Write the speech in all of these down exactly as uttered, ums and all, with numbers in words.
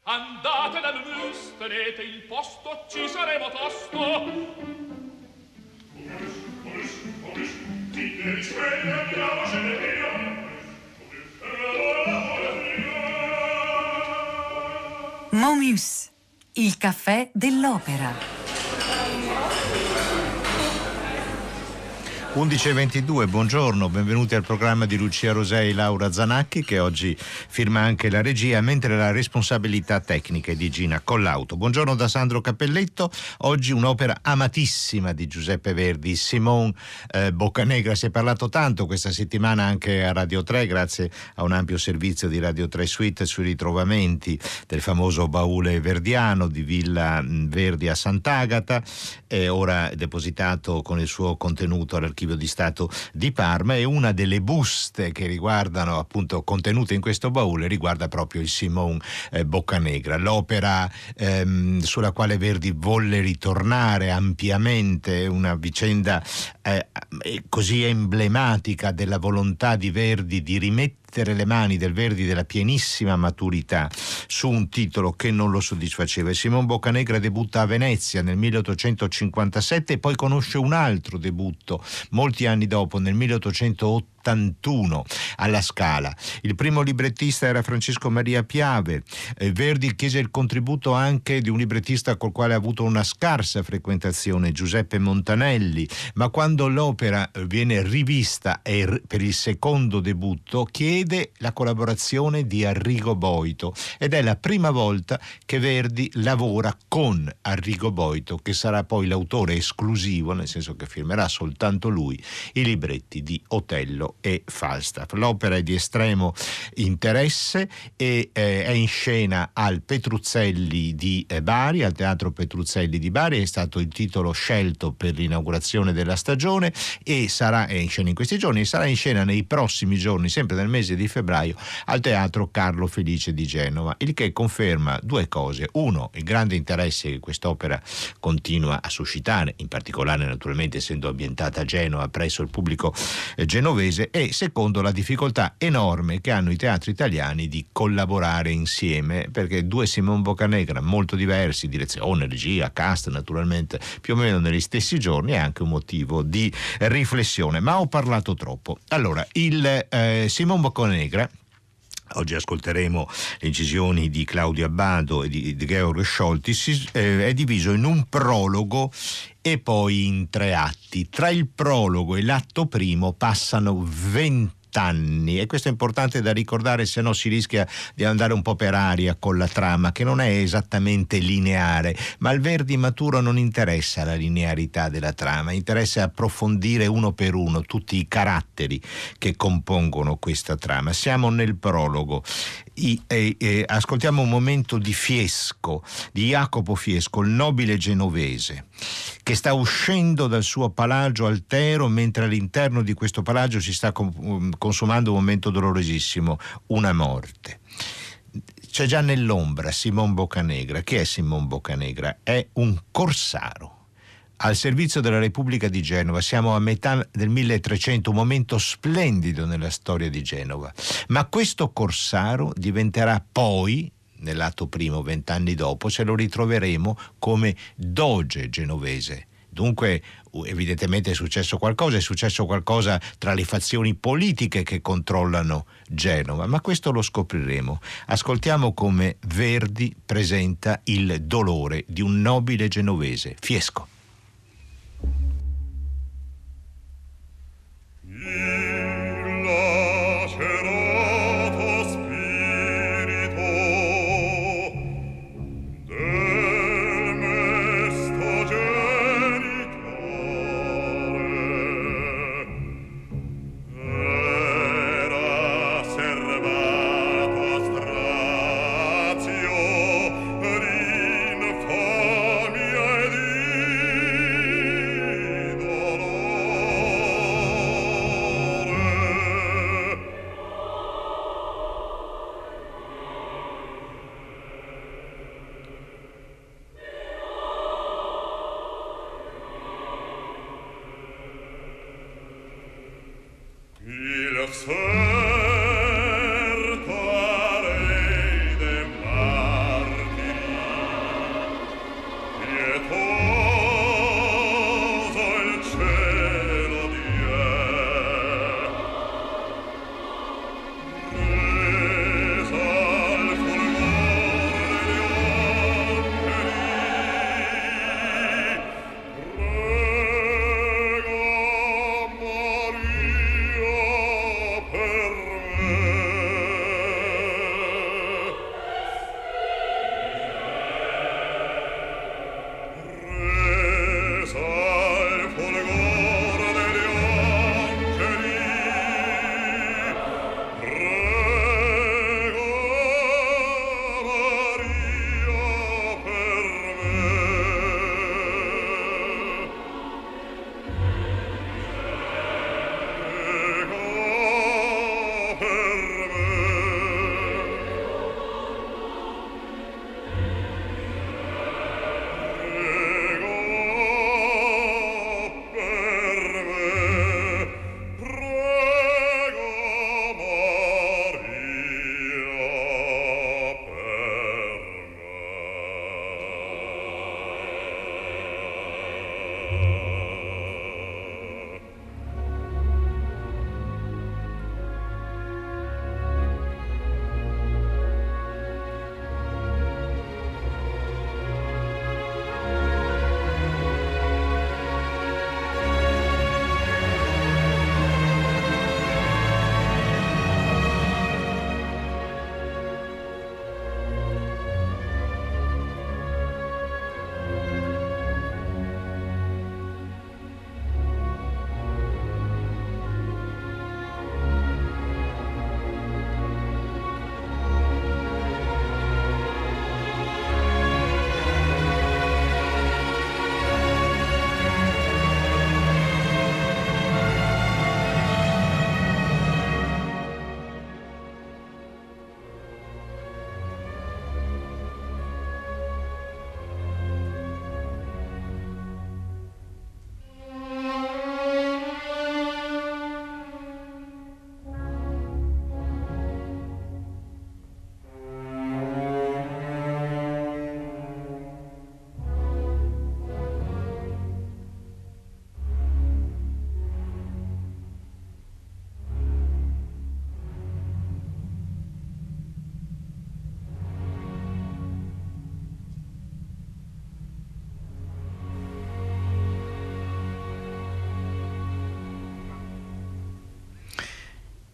Andate dal mus, tenete il posto, ci saremo tosto. Momus, il caffè dell'opera. undici e ventidue, buongiorno, benvenuti al programma di Lucia Rosei e Laura Zanacchi, che oggi firma anche la regia, mentre la responsabilità tecnica è di Gina Collauto. Buongiorno da Sandro Cappelletto. Oggi un'opera amatissima di Giuseppe Verdi, Simon eh, Boccanegra. Si è parlato tanto questa settimana anche a Radio tre, grazie a un ampio servizio di Radio tre Suite sui ritrovamenti del famoso baule verdiano di Villa Verdi a Sant'Agata, è ora depositato con il suo contenuto all'Archivio di Stato di Parma, e una delle buste che riguardano, appunto, contenute in questo baule riguarda proprio il Simon eh, Boccanegra, l'opera ehm, sulla quale Verdi volle ritornare ampiamente, una vicenda eh, così emblematica della volontà di Verdi di rimettere le mani del Verdi della pienissima maturità su un titolo che non lo soddisfaceva. Simon Boccanegra debutta a Venezia nel milleottocentocinquantasette e poi conosce un altro debutto molti anni dopo, nel milleottocentottantuno alla Scala. Il primo librettista era Francesco Maria Piave. eh, Verdi chiese il contributo anche di un librettista col quale ha avuto una scarsa frequentazione, Giuseppe Montanelli, ma quando l'opera viene rivista e per il secondo debutto chiede la collaborazione di Arrigo Boito, ed è la prima volta che Verdi lavora con Arrigo Boito, che sarà poi l'autore esclusivo, nel senso che firmerà soltanto lui i libretti di Otello e Falstaff. L'opera è di estremo interesse e eh, è in scena al Petruzzelli di eh, Bari, al Teatro Petruzzelli di Bari, è stato il titolo scelto per l'inaugurazione della stagione, e sarà è in scena in questi giorni e sarà in scena nei prossimi giorni, sempre nel mese di febbraio, al Teatro Carlo Felice di Genova, il che conferma due cose: uno, il grande interesse che quest'opera continua a suscitare, in particolare naturalmente essendo ambientata a Genova presso il pubblico eh, genovese, e secondo, la difficoltà enorme che hanno i teatri italiani di collaborare insieme, perché due Simon Boccanegra molto diversi, direzione, regia, cast naturalmente più o meno negli stessi giorni, è anche un motivo di riflessione. Ma ho parlato troppo. Allora, il eh, Simon Boccanegra, oggi ascolteremo le incisioni di Claudio Abbado e di, di Georg Scholti, eh, è diviso in un prologo e poi in tre atti. Tra il prologo e l'atto primo passano venti anni, e questo è importante da ricordare, se no si rischia di andare un po' per aria con la trama, che non è esattamente lineare, ma al Verdi maturo non interessa la linearità della trama, interessa approfondire uno per uno tutti i caratteri che compongono questa trama. Siamo nel prologo. I, eh, eh, ascoltiamo un momento di Fiesco, di Jacopo Fiesco, il nobile genovese, che sta uscendo dal suo palagio altero, mentre all'interno di questo palagio si sta com- consumando un momento dolorosissimo, una morte. C'è già nell'ombra Simon Boccanegra. Chi è Simon Boccanegra? È un corsaro al servizio della Repubblica di Genova. Siamo a metà del milletrecento, un momento splendido nella storia di Genova. Ma questo corsaro diventerà poi, nell'atto primo, vent'anni dopo, ce lo ritroveremo come doge genovese. Dunque, evidentemente è successo qualcosa, è successo qualcosa tra le fazioni politiche che controllano Genova, ma questo lo scopriremo. Ascoltiamo come Verdi presenta il dolore di un nobile genovese, Fiesco. Certo a lei de mar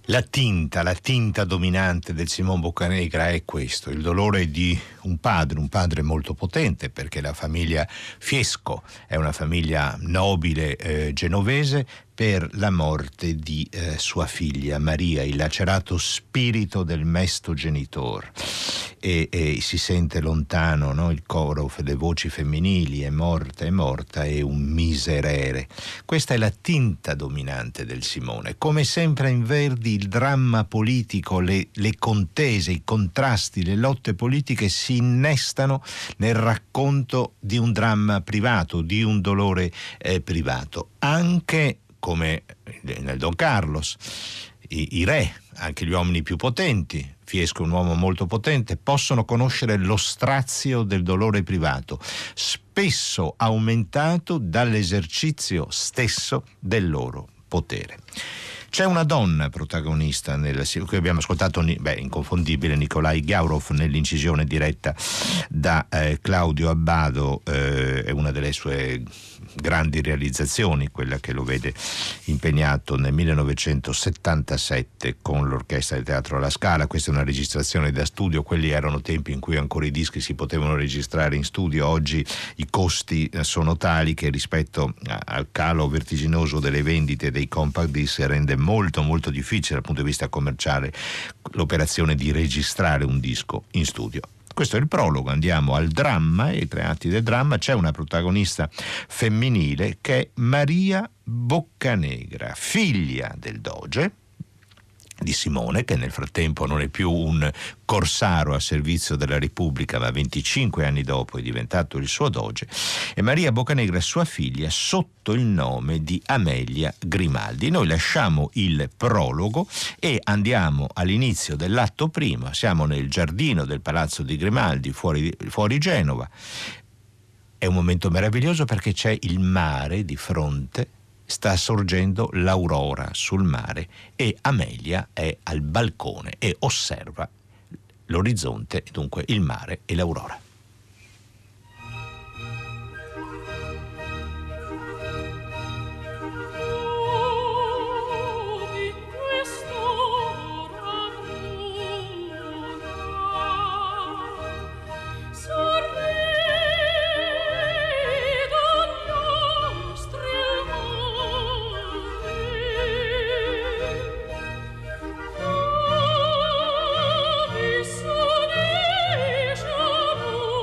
La tinta, la tinta dominante del Simon Boccanegra è questo, il dolore di un padre, un padre molto potente, perché la famiglia Fiesco è una famiglia nobile eh, genovese, per la morte di eh, sua figlia Maria, il lacerato spirito del mesto genitor. E, e si sente lontano, no? Il coro delle voci femminili, è morta, è morta, è un miserere. Questa è la tinta dominante del Simone. Come sempre in Verdi il dramma politico, le, le contese, i contrasti, le lotte politiche si innestano nel racconto di un dramma privato, di un dolore eh, privato. Anche come nel Don Carlos, i, i re, anche gli uomini più potenti, Fiesco è un uomo molto potente, possono conoscere lo strazio del dolore privato, spesso aumentato dall'esercizio stesso del loro potere. C'è una donna protagonista nel, qui abbiamo ascoltato, beh, inconfondibile Nikolai Gaurov nell'incisione diretta da eh, Claudio Abbado, eh, è una delle sue grandi realizzazioni, quella che lo vede impegnato nel millenovecentosettantasette con l'Orchestra del Teatro alla Scala. Questa è una registrazione da studio, quelli erano tempi in cui ancora i dischi si potevano registrare in studio, oggi i costi sono tali che rispetto al calo vertiginoso delle vendite dei compact disc rende molto molto difficile dal punto di vista commerciale l'operazione di registrare un disco in studio. Questo è il prologo, andiamo al dramma, e ai tre atti del dramma c'è una protagonista femminile che è Maria Boccanegra, figlia del doge, di Simone, che nel frattempo non è più un corsaro a servizio della Repubblica, ma venticinque anni dopo è diventato il suo doge, e Maria Boccanegra, sua figlia, sotto il nome di Amelia Grimaldi. Noi lasciamo il prologo e andiamo all'inizio dell'atto primo. Siamo nel giardino del Palazzo di Grimaldi, fuori, fuori Genova. È un momento meraviglioso perché c'è il mare di fronte, sta sorgendo l'aurora sul mare e Amelia è al balcone e osserva l'orizzonte, dunque il mare e l'aurora. Sono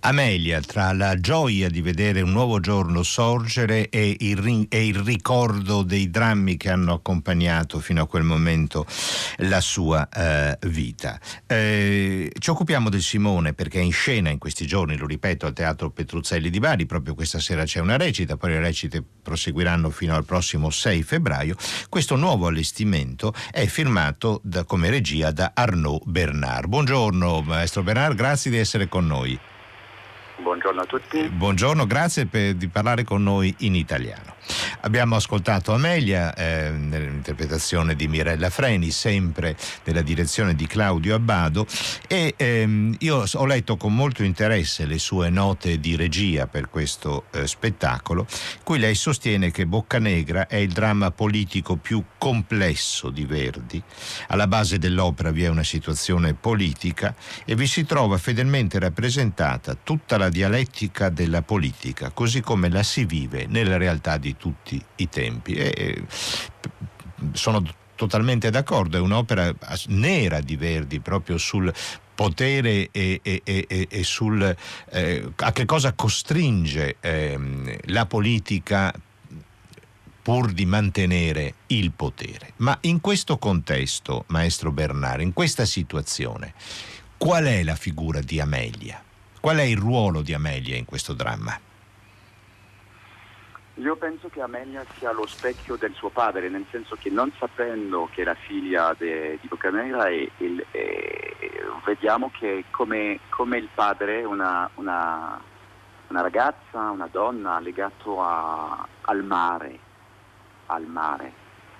Amelia, tra la gioia di vedere un nuovo giorno sorgere e il, ri- e il ricordo dei drammi che hanno accompagnato fino a quel momento la sua eh, vita. Eh, ci occupiamo del Simone perché è in scena in questi giorni, lo ripeto, al Teatro Petruzzelli di Bari. Proprio questa sera c'è una recita, poi le recite proseguiranno fino al prossimo sei febbraio. Questo nuovo allestimento è firmato da, come regia da Arnaud Bernard. Buongiorno maestro Bernard, grazie di essere con noi. Buongiorno a tutti. Buongiorno, grazie per, di parlare con noi in italiano. Abbiamo ascoltato Amelia eh, nell'interpretazione di Mirella Freni, sempre nella direzione di Claudio Abbado, e ehm, io ho letto con molto interesse le sue note di regia per questo eh, spettacolo, cui lei sostiene che Boccanegra è il dramma politico più complesso di Verdi. Alla base dell'opera vi è una situazione politica e vi si trova fedelmente rappresentata tutta la dialettica della politica, così come la si vive nella realtà di tutti i tempi. E sono totalmente d'accordo, è un'opera nera di Verdi proprio sul potere e, e, e, e sul eh, a che cosa costringe eh, la politica pur di mantenere il potere. Ma in questo contesto, maestro Bernard, in questa situazione, qual è la figura di Amelia? Qual è il ruolo di Amelia in questo dramma? Io penso che Amelia sia lo specchio del suo padre, nel senso che non sapendo che è la figlia de, di Boccanegra, e, e, e, vediamo che come, come il padre una, una, una ragazza, una donna legata al mare, al mare.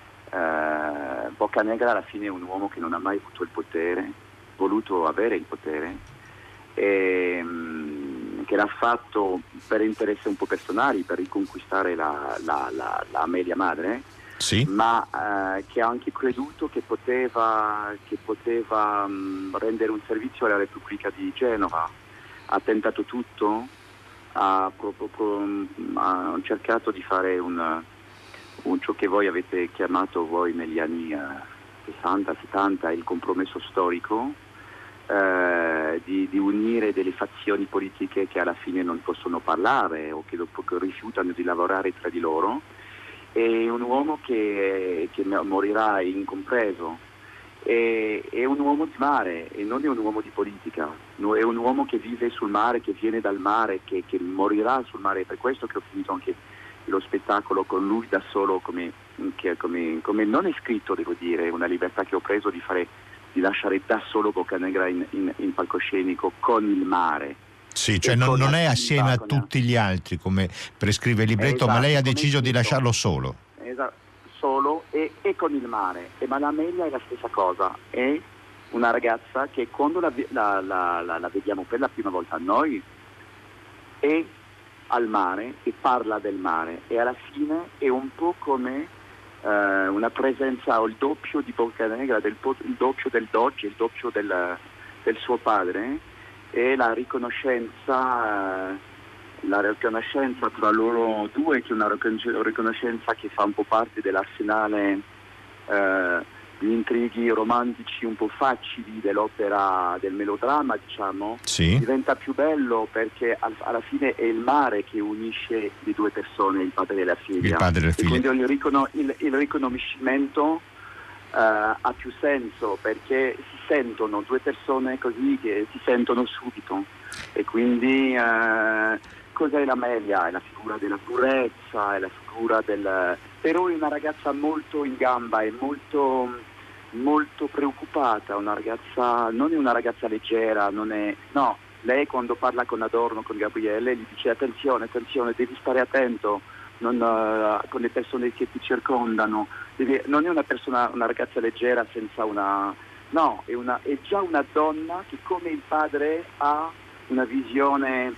Eh, Boccanegra alla fine è un uomo che non ha mai avuto il potere, voluto avere il potere, e, che l'ha fatto per interessi un po' personali, per riconquistare la, la, la, la Amelia madre, sì. ma eh, che ha anche creduto che poteva, che poteva mh, rendere un servizio alla Repubblica di Genova. Ha tentato tutto, ha, pro, pro, pro, ha cercato di fare un, un ciò che voi avete chiamato voi negli anni eh, sessanta settanta il compromesso storico. Eh, di, di unire delle fazioni politiche che alla fine non possono parlare o che dopo che rifiutano di lavorare tra di loro. È un uomo che, che morirà incompreso, è, è un uomo di mare e non è un uomo di politica, è un uomo che vive sul mare, che viene dal mare, che, che morirà sul mare. È per questo che ho finito anche lo spettacolo con lui da solo, come, che, come, come non è scritto, devo dire, una libertà che ho preso di fare, di lasciare da solo Boccanegra in, in, in palcoscenico con il mare. Sì, cioè non, non è assieme a tutti gli altri come prescrive il libretto, esatto, ma lei ha deciso di lasciarlo solo. Esatto, solo e, e con il mare. E ma l'Amelia è la stessa cosa, è una ragazza che quando la, la, la, la, la vediamo per la prima volta noi è al mare e parla del mare, e alla fine è un po' come Uh, una presenza o il doppio di Boccanegra, del, il doppio del Doge, il doppio del, del suo padre, e la riconoscenza, uh, la riconoscenza tra loro due, che è una riconoscenza che fa un po' parte dell'arsenale uh, di intrighi romantici un po' facili dell'opera, del melodramma, diciamo. Sì. Diventa più bello perché al, alla fine è il mare che unisce le due persone, il padre e la figlia. Il padre e la figlia. E quindi il, ricono, il, il riconoscimento uh, ha più senso, perché si sentono due persone così che si sentono subito, e quindi uh, cos'è l'Amelia? È la figura della purezza, è la figura del... però è una ragazza molto in gamba, è molto molto preoccupata, una ragazza, non è una ragazza leggera, non è, no, lei quando parla con Adorno, con Gabriele, gli dice attenzione, attenzione, devi stare attento, non, uh, con le persone che ti circondano, devi, non è una persona, una ragazza leggera senza una, no, è, una, è già una donna che come il padre ha una visione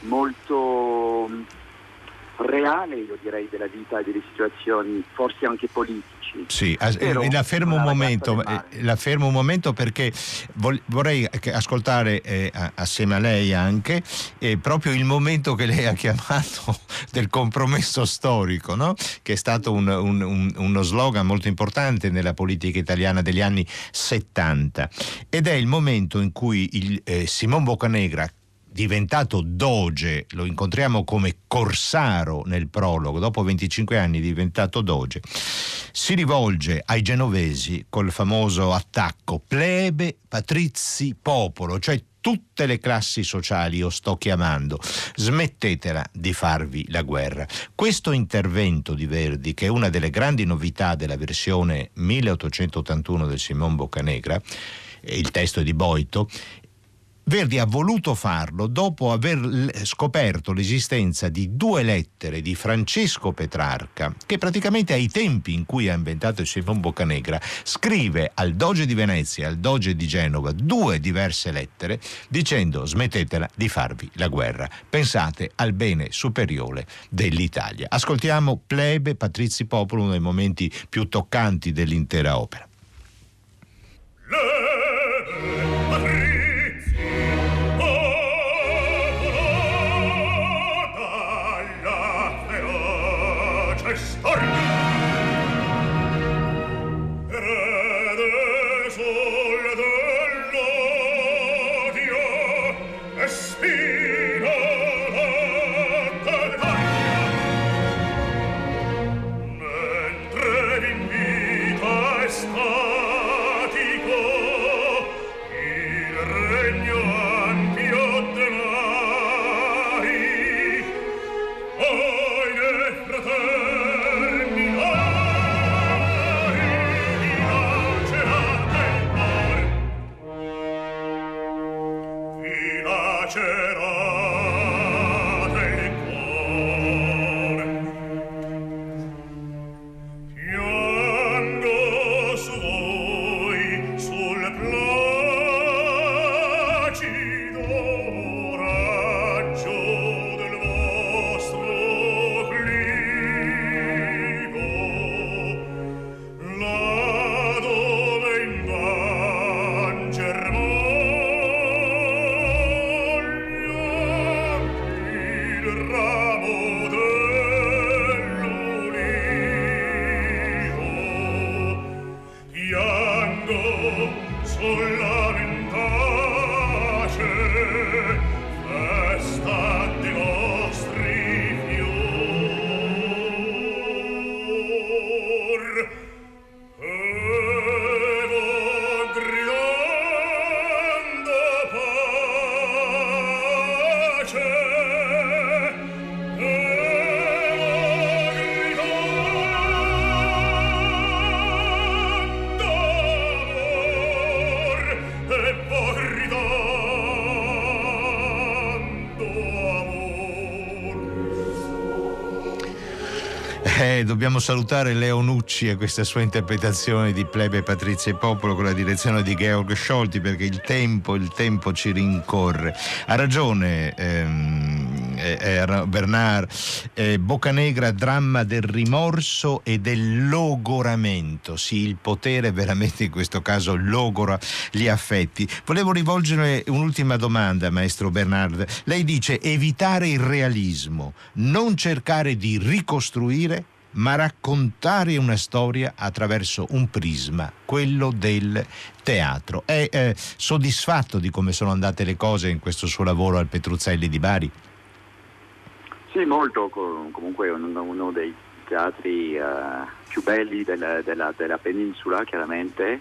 molto reale, io direi, della vita e delle situazioni, forse anche politici. Sì, la fermo un momento, la fermo un momento perché vorrei ascoltare eh, assieme a lei anche eh, proprio il momento che lei ha chiamato del compromesso storico, no? Che è stato un, un, un, uno slogan molto importante nella politica italiana degli anni settanta, ed è il momento in cui il, eh, Simone Boccanegra diventato doge, lo incontriamo come corsaro nel prologo, dopo venticinque anni diventato doge, si rivolge ai genovesi col famoso attacco plebe, patrizi, popolo, cioè tutte le classi sociali io sto chiamando, smettetela di farvi la guerra. Questo intervento di Verdi, che è una delle grandi novità della versione milleottocentottantuno del Simon Boccanegra, il testo è di Boito, Verdi ha voluto farlo dopo aver scoperto l'esistenza di due lettere di Francesco Petrarca, che praticamente ai tempi in cui ha inventato il Simon Boccanegra scrive al doge di Venezia e al doge di Genova due diverse lettere dicendo smettetela di farvi la guerra, pensate al bene superiore dell'Italia. Ascoltiamo Plebe, Patrizi, Popolo, uno dei momenti più toccanti dell'intera opera. Eh, dobbiamo salutare Leo Nucci e questa sua interpretazione di Plebe, Patrizia e Popolo con la direzione di Georg Scholti, perché il tempo, il tempo ci rincorre. Ha ragione ehm, eh, Bernard, eh, Boccanegra, dramma del rimorso e del logoramento. Sì, il potere veramente in questo caso logora gli affetti. Volevo rivolgere un'ultima domanda, maestro Bernard. Lei dice evitare il realismo, non cercare di ricostruire, ma raccontare una storia attraverso un prisma, quello del teatro. È eh, soddisfatto di come sono andate le cose in questo suo lavoro al Petruzzelli di Bari? Sì, molto. Comunque è uno, uno dei teatri uh, più belli della, della, della penisola, chiaramente.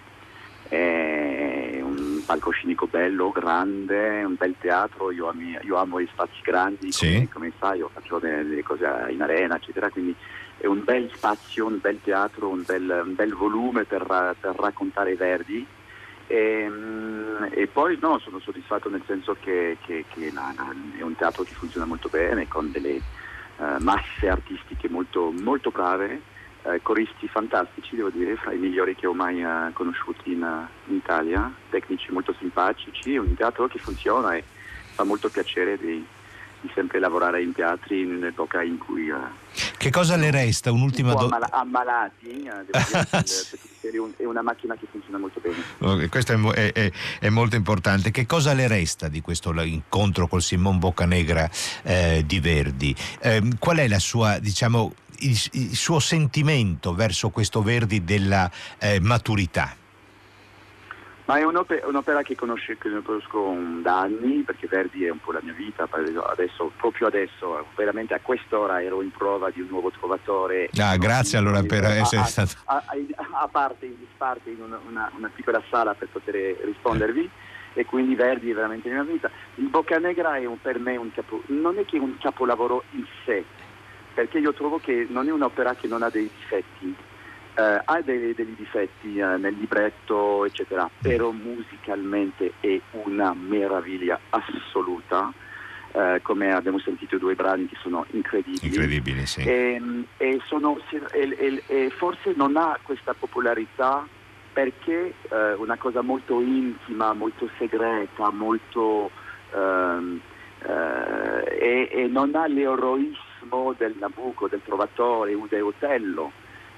È un palcoscenico bello, grande, un bel teatro. Io, ami, io amo gli spazi grandi, sì. come, come sai, io faccio delle, delle cose in arena, eccetera, quindi è un bel spazio, un bel teatro, un bel, un bel volume per, per raccontare Verdi. E, e poi no, sono soddisfatto nel senso che, che, che la, la, è un teatro che funziona molto bene, con delle uh, masse artistiche molto, molto brave, uh, coristi fantastici, devo dire, fra i migliori che ho mai uh, conosciuti in, uh, in Italia, tecnici molto simpatici, è un teatro che funziona e fa molto piacere di, di sempre lavorare in teatri in un'epoca in cui uh, che cosa le resta? Un'ultima domanda. Ammala- ammalati, uh, devo dire, è una macchina che funziona molto bene. Okay, questo è, è, è molto importante. Che cosa le resta di questo incontro col Simon Boccanegra eh, di Verdi? Eh, qual è la sua, diciamo, il, il suo sentimento verso questo Verdi della eh, maturità? Ma è un'opera, un'opera che, conosce, che conosco da anni, perché Verdi è un po' la mia vita. Adesso, proprio adesso, veramente a quest'ora ero in prova di un nuovo Trovatore. Ah, grazie allora per essere a, stato... A, a, a parte, in disparte, in una, una, una piccola sala per poter rispondervi, e quindi Verdi è veramente la mia vita. Il Boccanegra è un, per me un capo, non è che un capolavoro in sé, perché io trovo che non è un'opera che non ha dei difetti. Uh, ha dei, dei difetti uh, nel libretto eccetera, però musicalmente è una meraviglia assoluta, uh, come abbiamo sentito due brani che sono incredibili, incredibili sì. e, e, sono, e, e, e forse non ha questa popolarità perché uh, una cosa molto intima, molto segreta, molto uh, uh, e, e non ha l'eroismo del Nabucco, del Trovatore o del Otello.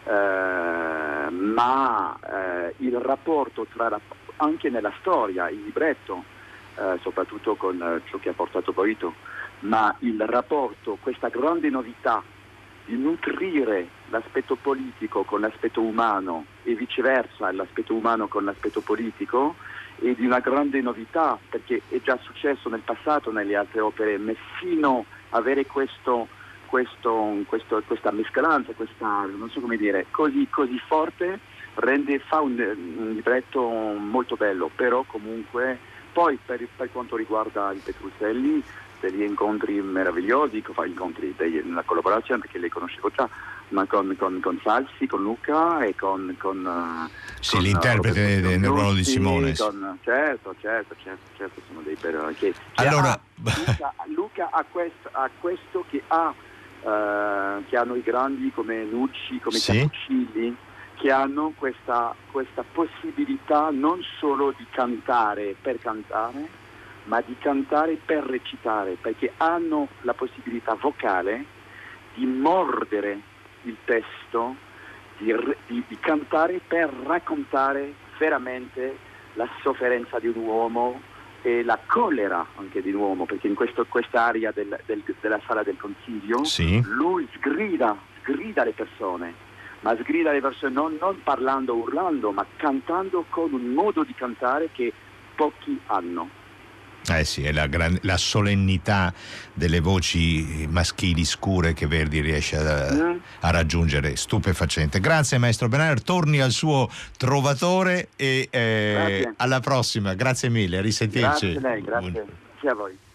Uh, ma uh, il rapporto tra la, anche nella storia, il libretto, uh, soprattutto con uh, ciò che ha portato Boito, ma il rapporto, questa grande novità di nutrire l'aspetto politico con l'aspetto umano e viceversa l'aspetto umano con l'aspetto politico, è di una grande novità, perché è già successo nel passato nelle altre opere, ma fino a avere questo Questo, questo, questa mescolanza, questa, non so come dire, così, così forte, rende, fa un, un libretto molto bello, però comunque poi per, per quanto riguarda il Petruzzelli, degli incontri meravigliosi, incontri nella collaborazione, perché le conoscevo già, ma con, con, con Salsi, con Luca e con... con sì, con l'interprete Roberto nel ruolo di Simone. Con, certo, certo, certo, certo, sono dei per, che, che allora... ha, Luca, Luca ha, questo, ha questo che ha Uh, che hanno i grandi come Nucci, come sì. Cappuccilli, che hanno questa, questa possibilità non solo di cantare per cantare, ma di cantare per recitare, perché hanno la possibilità vocale di mordere il testo, di, di, di cantare per raccontare veramente la sofferenza di un uomo e la collera anche di un uomo, perché in questo, quest'area del, del, della sala del consiglio sì. lui sgrida, sgrida le persone, ma sgrida le persone non, non parlando, urlando, ma cantando con un modo di cantare che pochi hanno. Eh sì, è la, gran, la solennità delle voci maschili scure che Verdi riesce a, mm. a raggiungere, stupefacente. Grazie maestro Benaer, torni al suo Trovatore e eh, alla prossima, grazie mille, a risentirci. Grazie a lei, grazie, grazie a voi.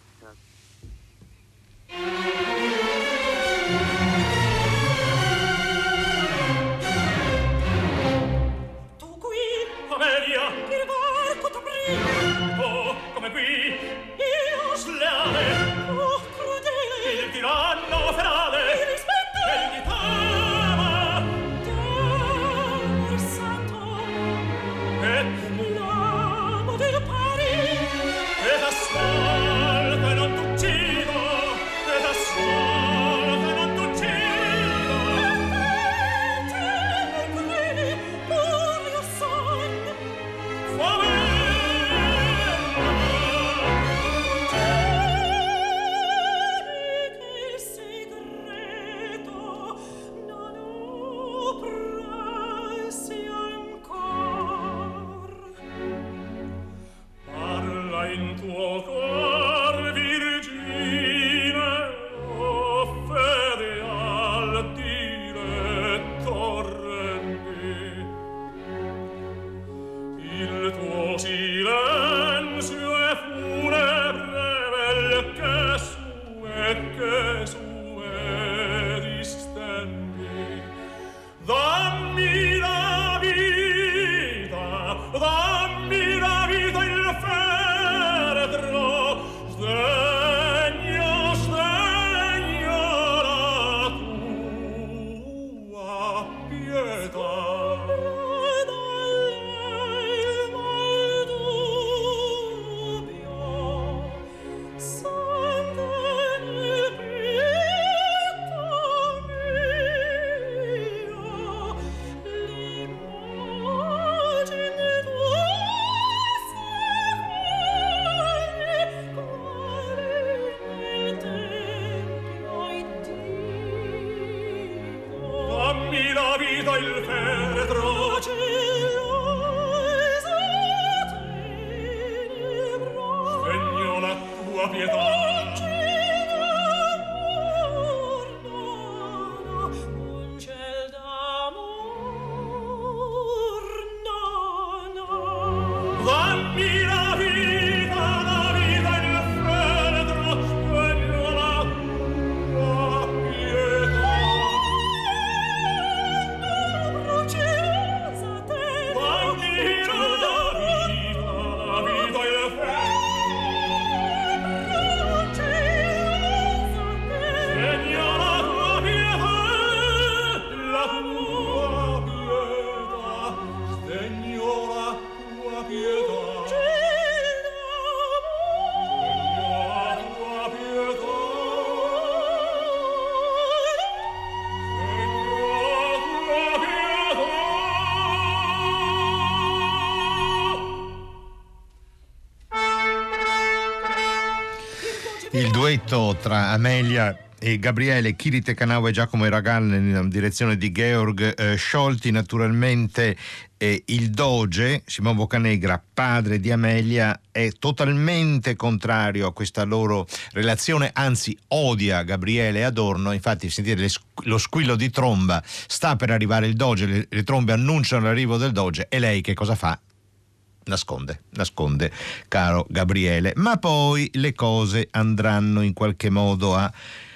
Tu qui, Amelia, il barco t'aprì, oh, come qui, io sleale, oh, crudele, il tiranno ferale, il rispetto, egli t'ama, Dio santo, e l'amo del pari, e t'ascolto e non t'uccido, e t'ascolto Il duetto tra Amelia e Gabriele, Kirite Kanawa e Giacomo Eragal nella direzione di Georg eh, Scholti. Naturalmente eh, il doge, Simon Boccanegra, padre di Amelia, è totalmente contrario a questa loro relazione, anzi odia Gabriele Adorno. Infatti sentite le, lo squillo di tromba, sta per arrivare il doge, le, le trombe annunciano l'arrivo del doge e lei che cosa fa? Nasconde, nasconde, caro Gabriele, ma poi le cose andranno in qualche modo a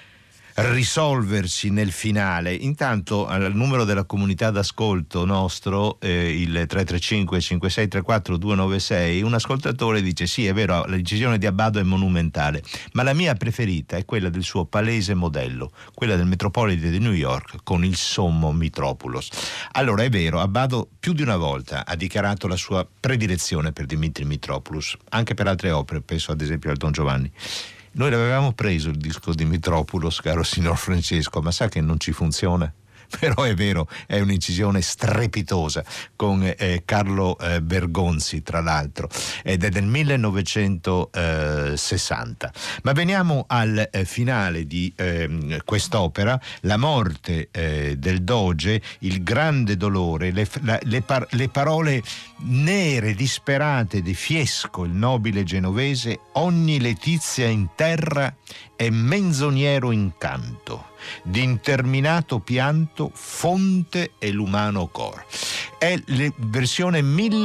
risolversi nel finale. Intanto al numero della comunità d'ascolto nostro, eh, il tre tre cinque cinque sei tre quattro due nove sei, un ascoltatore dice: sì, è vero, la decisione di Abbado è monumentale, ma la mia preferita è quella del suo palese modello, quella del Metropolitan di New York con il sommo Mitropoulos. Allora è vero, Abbado più di una volta ha dichiarato la sua predilezione per Dimitri Mitropoulos, anche per altre opere, penso ad esempio al Don Giovanni. Noi l'avevamo preso il disco di Mitropoulos, caro signor Francesco, ma sa che non ci funziona? Però è vero, è un'incisione strepitosa con eh, Carlo eh, Bergonzi, tra l'altro, ed è del millenovecentosessanta. Ma veniamo al eh, finale di eh, quest'opera, la morte eh, del doge, il grande dolore, le, la, le, par- le parole nere, disperate di Fiesco, il nobile genovese: ogni letizia in terra è menzognero incanto, d'interminato pianto fonte è l'umano cor. È la versione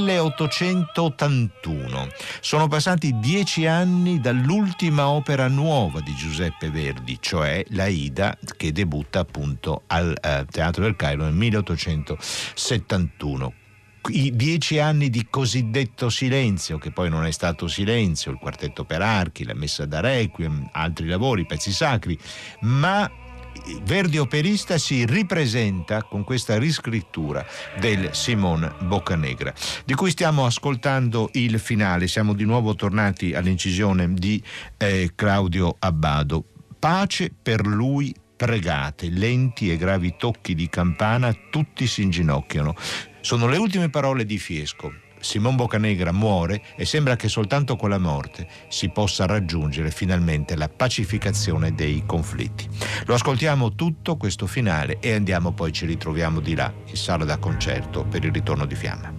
milleottocentottantuno. Sono passati dieci anni dall'ultima opera nuova di Giuseppe Verdi, cioè l'Aida, che debutta appunto al eh, Teatro del Cairo nel milleottocentosettantuno. I dieci anni di cosiddetto silenzio, che poi non è stato silenzio, il quartetto per archi, la messa da requiem, altri lavori, pezzi sacri, ma Verdi operista si ripresenta con questa riscrittura del Simon Boccanegra, di cui stiamo ascoltando il finale. Siamo di nuovo tornati all'incisione di eh, Claudio Abbado. Pace per lui pregate, lenti e gravi tocchi di campana, tutti si inginocchiano. Sono le ultime parole di Fiesco. Simon Boccanegra muore e sembra che soltanto con la morte si possa raggiungere finalmente la pacificazione dei conflitti. Lo ascoltiamo tutto questo finale e andiamo, poi ci ritroviamo di là in sala da concerto per il ritorno di Fiamma.